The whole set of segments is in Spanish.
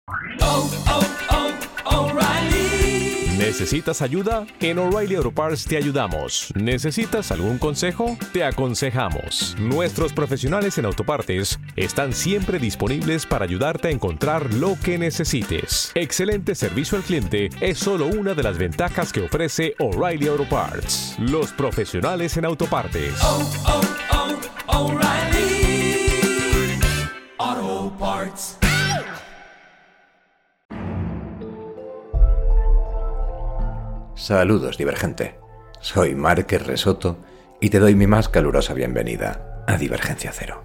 O'Reilly. ¿Necesitas ayuda? En O'Reilly Auto Parts te ayudamos. ¿Necesitas algún consejo? Te aconsejamos. Nuestros profesionales en autopartes están siempre disponibles para ayudarte a encontrar lo que necesites. Excelente servicio al cliente es solo una de las ventajas que ofrece O'Reilly Auto Parts. Los profesionales en autopartes. O'Reilly Auto Parts. Saludos, Divergente. Soy Márquez Resoto y te doy mi más calurosa bienvenida a Divergencia Cero.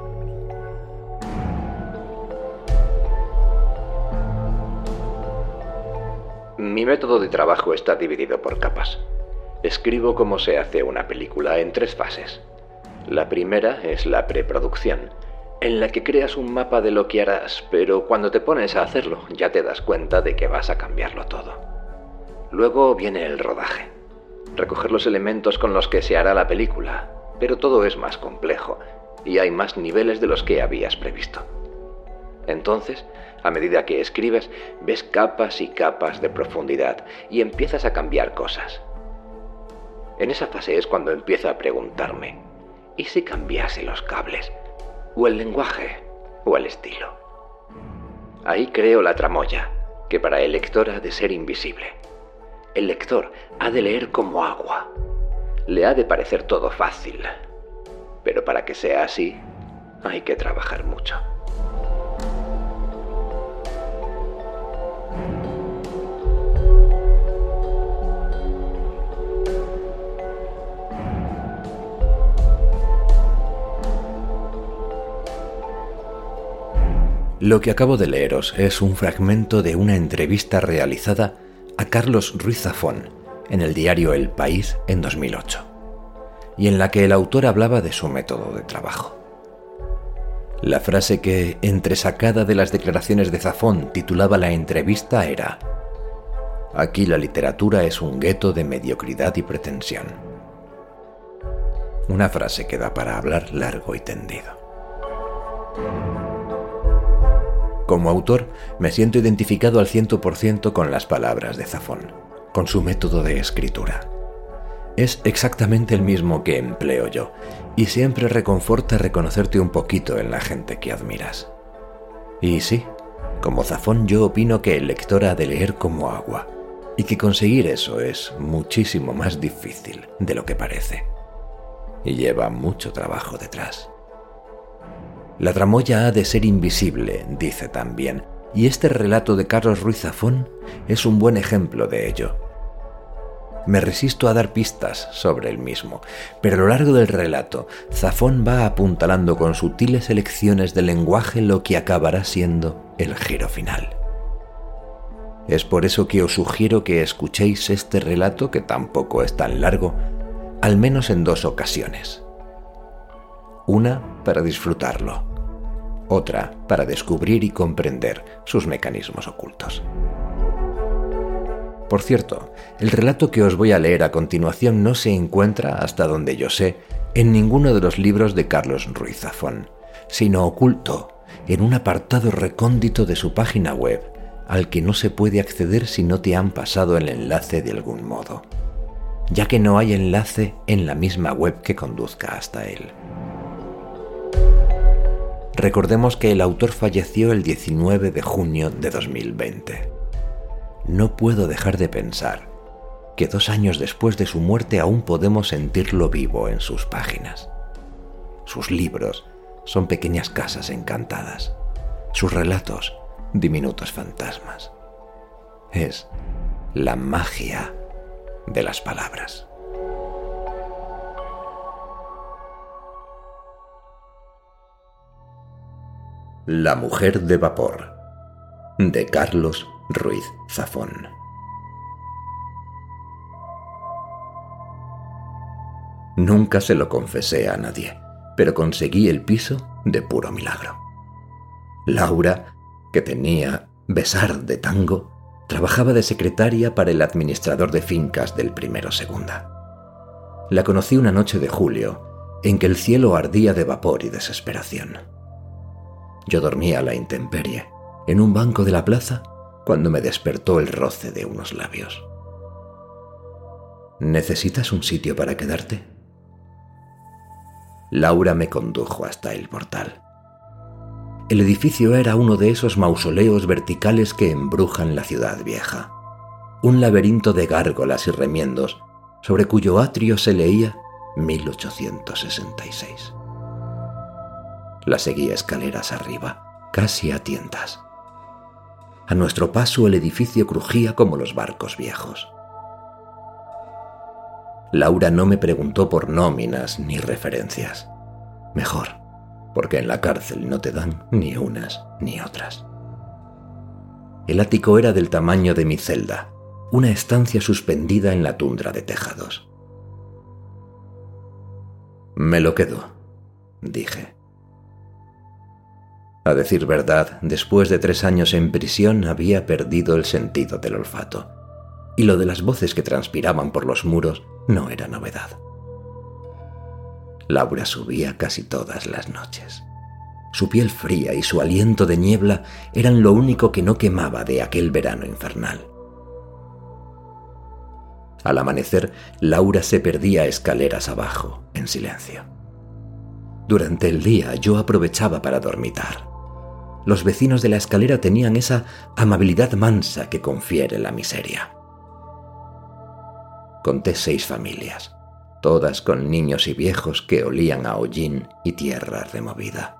Mi método de trabajo está dividido por capas. Escribo como se hace una película en 3 fases. La primera es la preproducción, en la que creas un mapa de lo que harás, pero cuando te pones a hacerlo ya te das cuenta de que vas a cambiarlo todo. Luego viene el rodaje, recoger los elementos con los que se hará la película, pero todo es más complejo y hay más niveles de los que habías previsto. Entonces, a medida que escribes, ves capas y capas de profundidad y empiezas a cambiar cosas. En esa fase es cuando empiezo a preguntarme, ¿y si cambiase los cables? ¿O el lenguaje? ¿O el estilo? Ahí creo la tramoya, que para el lector ha de ser invisible. El lector ha de leer como agua. Le ha de parecer todo fácil. Pero para que sea así, hay que trabajar mucho. Lo que acabo de leeros es un fragmento de una entrevista realizada a Carlos Ruiz Zafón en el diario El País en 2008, y en la que el autor hablaba de su método de trabajo. La frase que, entresacada de las declaraciones de Zafón, titulaba la entrevista era: «Aquí la literatura es un gueto de mediocridad y pretensión». Una frase que da para hablar largo y tendido. Como autor, me siento identificado al 100% con las palabras de Zafón, con su método de escritura. Es exactamente el mismo que empleo yo, y siempre reconforta reconocerte un poquito en la gente que admiras. Y sí, como Zafón yo opino que el lector ha de leer como agua, y que conseguir eso es muchísimo más difícil de lo que parece. Y lleva mucho trabajo detrás. La tramoya ha de ser invisible, dice también, y este relato de Carlos Ruiz Zafón es un buen ejemplo de ello. Me resisto a dar pistas sobre el mismo, pero a lo largo del relato, Zafón va apuntalando con sutiles elecciones de lenguaje lo que acabará siendo el giro final. Es por eso que os sugiero que escuchéis este relato, que tampoco es tan largo, al menos en 2 ocasiones. Una para disfrutarlo, otra para descubrir y comprender sus mecanismos ocultos. Por cierto, el relato que os voy a leer a continuación no se encuentra, hasta donde yo sé, en ninguno de los libros de Carlos Ruiz Zafón, sino oculto en un apartado recóndito de su página web, al que no se puede acceder si no te han pasado el enlace de algún modo, ya que no hay enlace en la misma web que conduzca hasta él. Recordemos que el autor falleció el 19 de junio de 2020. No puedo dejar de pensar que 2 años después de su muerte aún podemos sentirlo vivo en sus páginas. Sus libros son pequeñas casas encantadas. Sus relatos, diminutos fantasmas. Es la magia de las palabras. La mujer de vapor, de Carlos Ruiz Zafón. Nunca se lo confesé a nadie, pero conseguí el piso de puro milagro. Laura, que tenía besar de tango, trabajaba de secretaria para el administrador de fincas del Primero Segunda. La conocí una noche de julio, en que el cielo ardía de vapor y desesperación. Yo dormía a la intemperie, en un banco de la plaza, cuando me despertó el roce de unos labios. ¿Necesitas un sitio para quedarte? Laura me condujo hasta el portal. El edificio era uno de esos mausoleos verticales que embrujan la ciudad vieja. Un laberinto de gárgolas y remiendos, sobre cuyo atrio se leía 1866. La seguí escaleras arriba, casi a tientas. A nuestro paso el edificio crujía como los barcos viejos. Laura no me preguntó por nóminas ni referencias. Mejor, porque en la cárcel no te dan ni unas ni otras. El ático era del tamaño de mi celda, una estancia suspendida en la tundra de tejados. Me lo quedo, dije. A decir verdad, después de 3 años en prisión había perdido el sentido del olfato, y lo de las voces que transpiraban por los muros no era novedad. Laura subía casi todas las noches. Su piel fría y su aliento de niebla eran lo único que no quemaba de aquel verano infernal. Al amanecer, Laura se perdía escaleras abajo, en silencio. Durante el día yo aprovechaba para dormitar. Los vecinos de la escalera tenían esa amabilidad mansa que confiere la miseria. Conté 6 familias, todas con niños y viejos que olían a hollín y tierra removida.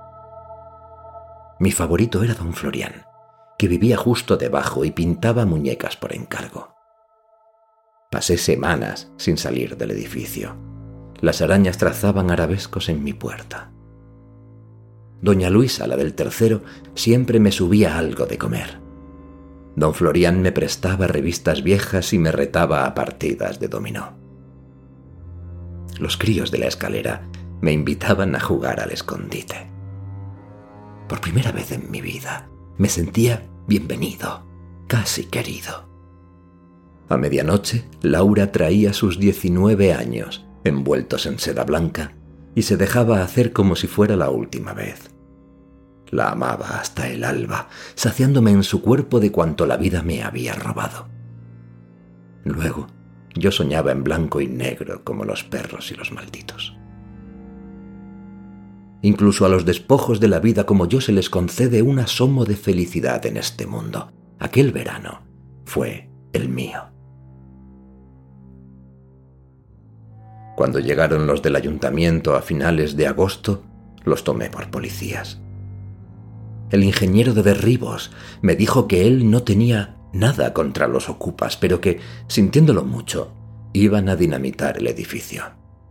Mi favorito era don Florián, que vivía justo debajo y pintaba muñecas por encargo. Pasé semanas sin salir del edificio. Las arañas trazaban arabescos en mi puerta. Doña Luisa, la del tercero, siempre me subía algo de comer. Don Florián me prestaba revistas viejas y me retaba a partidas de dominó. Los críos de la escalera me invitaban a jugar al escondite. Por primera vez en mi vida me sentía bienvenido, casi querido. A medianoche, Laura traía sus 19 años, envueltos en seda blanca, y se dejaba hacer como si fuera la última vez. La amaba hasta el alba, saciándome en su cuerpo de cuanto la vida me había robado. Luego, yo soñaba en blanco y negro como los perros y los malditos. Incluso a los despojos de la vida como yo se les concede un asomo de felicidad en este mundo. Aquel verano fue el mío. Cuando llegaron los del ayuntamiento a finales de agosto, los tomé por policías. El ingeniero de derribos me dijo que él no tenía nada contra los ocupas, pero que, sintiéndolo mucho, iban a dinamitar el edificio.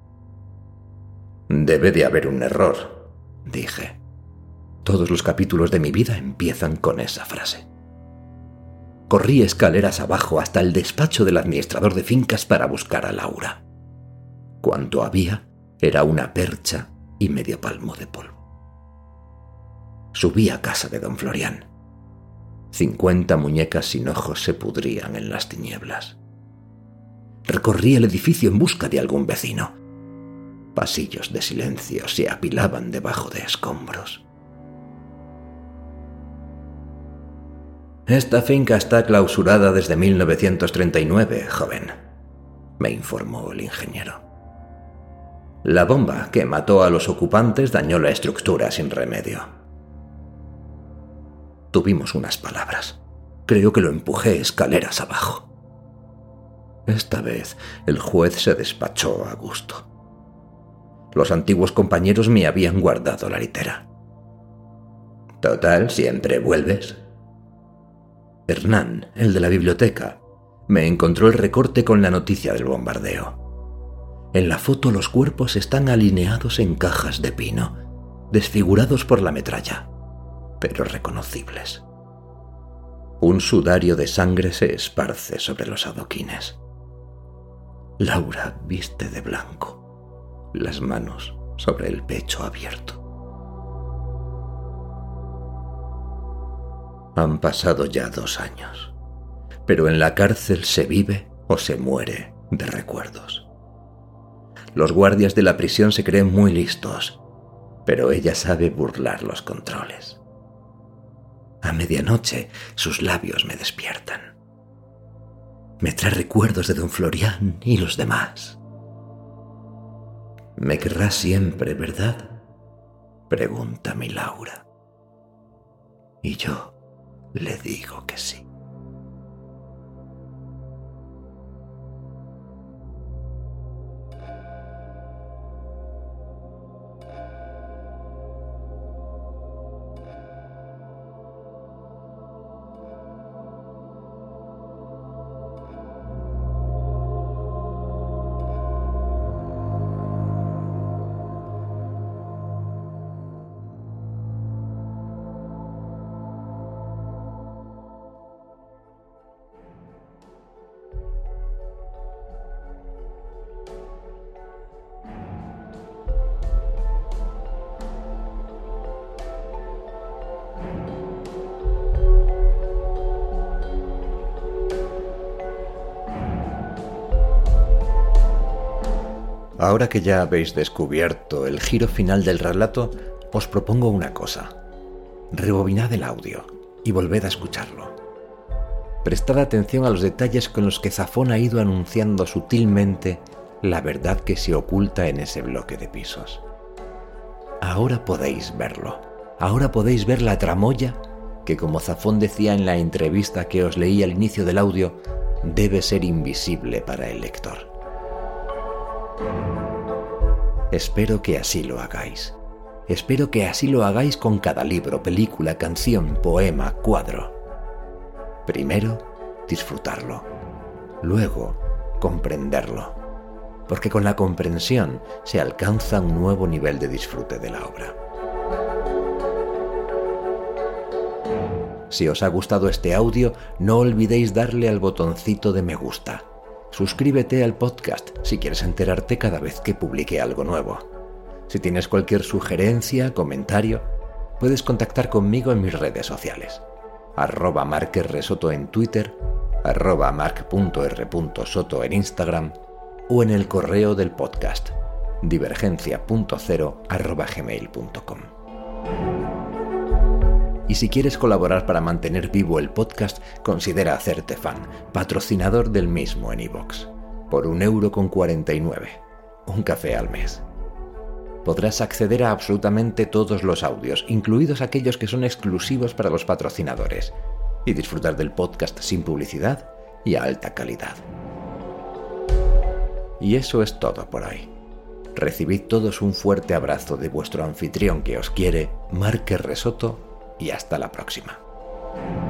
Debe de haber un error, dije. Todos los capítulos de mi vida empiezan con esa frase. Corrí escaleras abajo hasta el despacho del administrador de fincas para buscar a Laura. Cuanto había era una percha y medio palmo de polvo. Subí a casa de don Florián. 50 muñecas sin ojos se pudrían en las tinieblas. Recorrí el edificio en busca de algún vecino. Pasillos de silencio se apilaban debajo de escombros. Esta finca está clausurada desde 1939, joven, me informó el ingeniero. La bomba que mató a los ocupantes dañó la estructura sin remedio. Tuvimos unas palabras. Creo que lo empujé escaleras abajo. Esta vez el juez se despachó a gusto. Los antiguos compañeros me habían guardado la litera. Total, siempre vuelves. Hernán, el de la biblioteca, me encontró el recorte con la noticia del bombardeo. En la foto los cuerpos están alineados en cajas de pino, desfigurados por la metralla, pero reconocibles. Un sudario de sangre se esparce sobre los adoquines. Laura viste de blanco, las manos sobre el pecho abierto. Han pasado ya 2 años, pero en la cárcel se vive o se muere de recuerdos. Los guardias de la prisión se creen muy listos, pero ella sabe burlar los controles. A medianoche sus labios me despiertan. Me trae recuerdos de don Florián y los demás. «¿Me querrás siempre, verdad?», pregunta mi Laura. Y yo le digo que sí. Ahora que ya habéis descubierto el giro final del relato, os propongo una cosa. Rebobinad el audio y volved a escucharlo. Prestad atención a los detalles con los que Zafón ha ido anunciando sutilmente la verdad que se oculta en ese bloque de pisos. Ahora podéis verlo. Ahora podéis ver la tramoya que, como Zafón decía en la entrevista que os leí al inicio del audio, debe ser invisible para el lector. Espero que así lo hagáis. Espero que así lo hagáis con cada libro, película, canción, poema, cuadro. Primero, disfrutarlo. Luego, comprenderlo. Porque con la comprensión se alcanza un nuevo nivel de disfrute de la obra. Si os ha gustado este audio, no olvidéis darle al botoncito de me gusta. Suscríbete al podcast si quieres enterarte cada vez que publique algo nuevo. Si tienes cualquier sugerencia, comentario, puedes contactar conmigo en mis redes sociales. @marquesresoto en Twitter, @marc.r.soto en Instagram o en el correo del podcast divergencia.0@gmail.com. Y si quieres colaborar para mantener vivo el podcast, considera hacerte fan, patrocinador del mismo en iVoox, por €1,49, un café al mes. Podrás acceder a absolutamente todos los audios, incluidos aquellos que son exclusivos para los patrocinadores, y disfrutar del podcast sin publicidad y a alta calidad. Y eso es todo por hoy. Recibid todos un fuerte abrazo de vuestro anfitrión que os quiere, Marques Resoto, y hasta la próxima.